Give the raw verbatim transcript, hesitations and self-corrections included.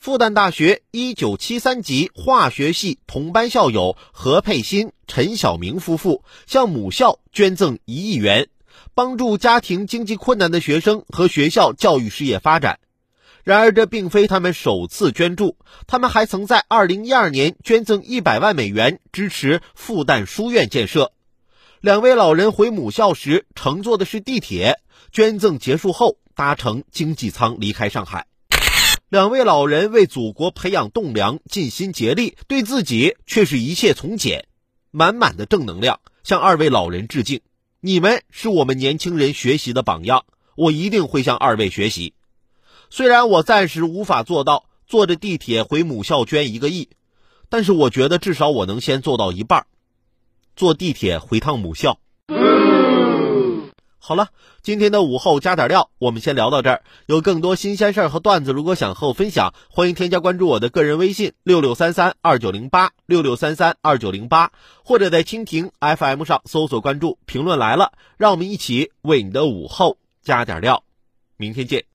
复旦大学一九七三级化学系同班校友何佩欣、陈晓明夫妇向母校捐赠一亿元，帮助家庭经济困难的学生和学校教育事业发展。然而这并非他们首次捐助，他们还曾在二零一二年捐赠一百万美元支持复旦书院建设。两位老人回母校时乘坐的是地铁，捐赠结束后搭乘经济舱离开上海。两位老人为祖国培养栋梁尽心竭力，对自己却是一切从简，满满的正能量，向二位老人致敬。你们是我们年轻人学习的榜样，我一定会向二位学习。虽然我暂时无法做到坐着地铁回母校捐一个亿，但是我觉得至少我能先做到一半，坐地铁回趟母校。好了，今天的午后加点料我们先聊到这儿。有更多新鲜事儿和段子，如果想和我分享，欢迎添加关注我的个人微信六六三三二九零八 六六三三二九零八，或者在蜻蜓 F M 上搜索关注评论来了，让我们一起为你的午后加点料。明天见。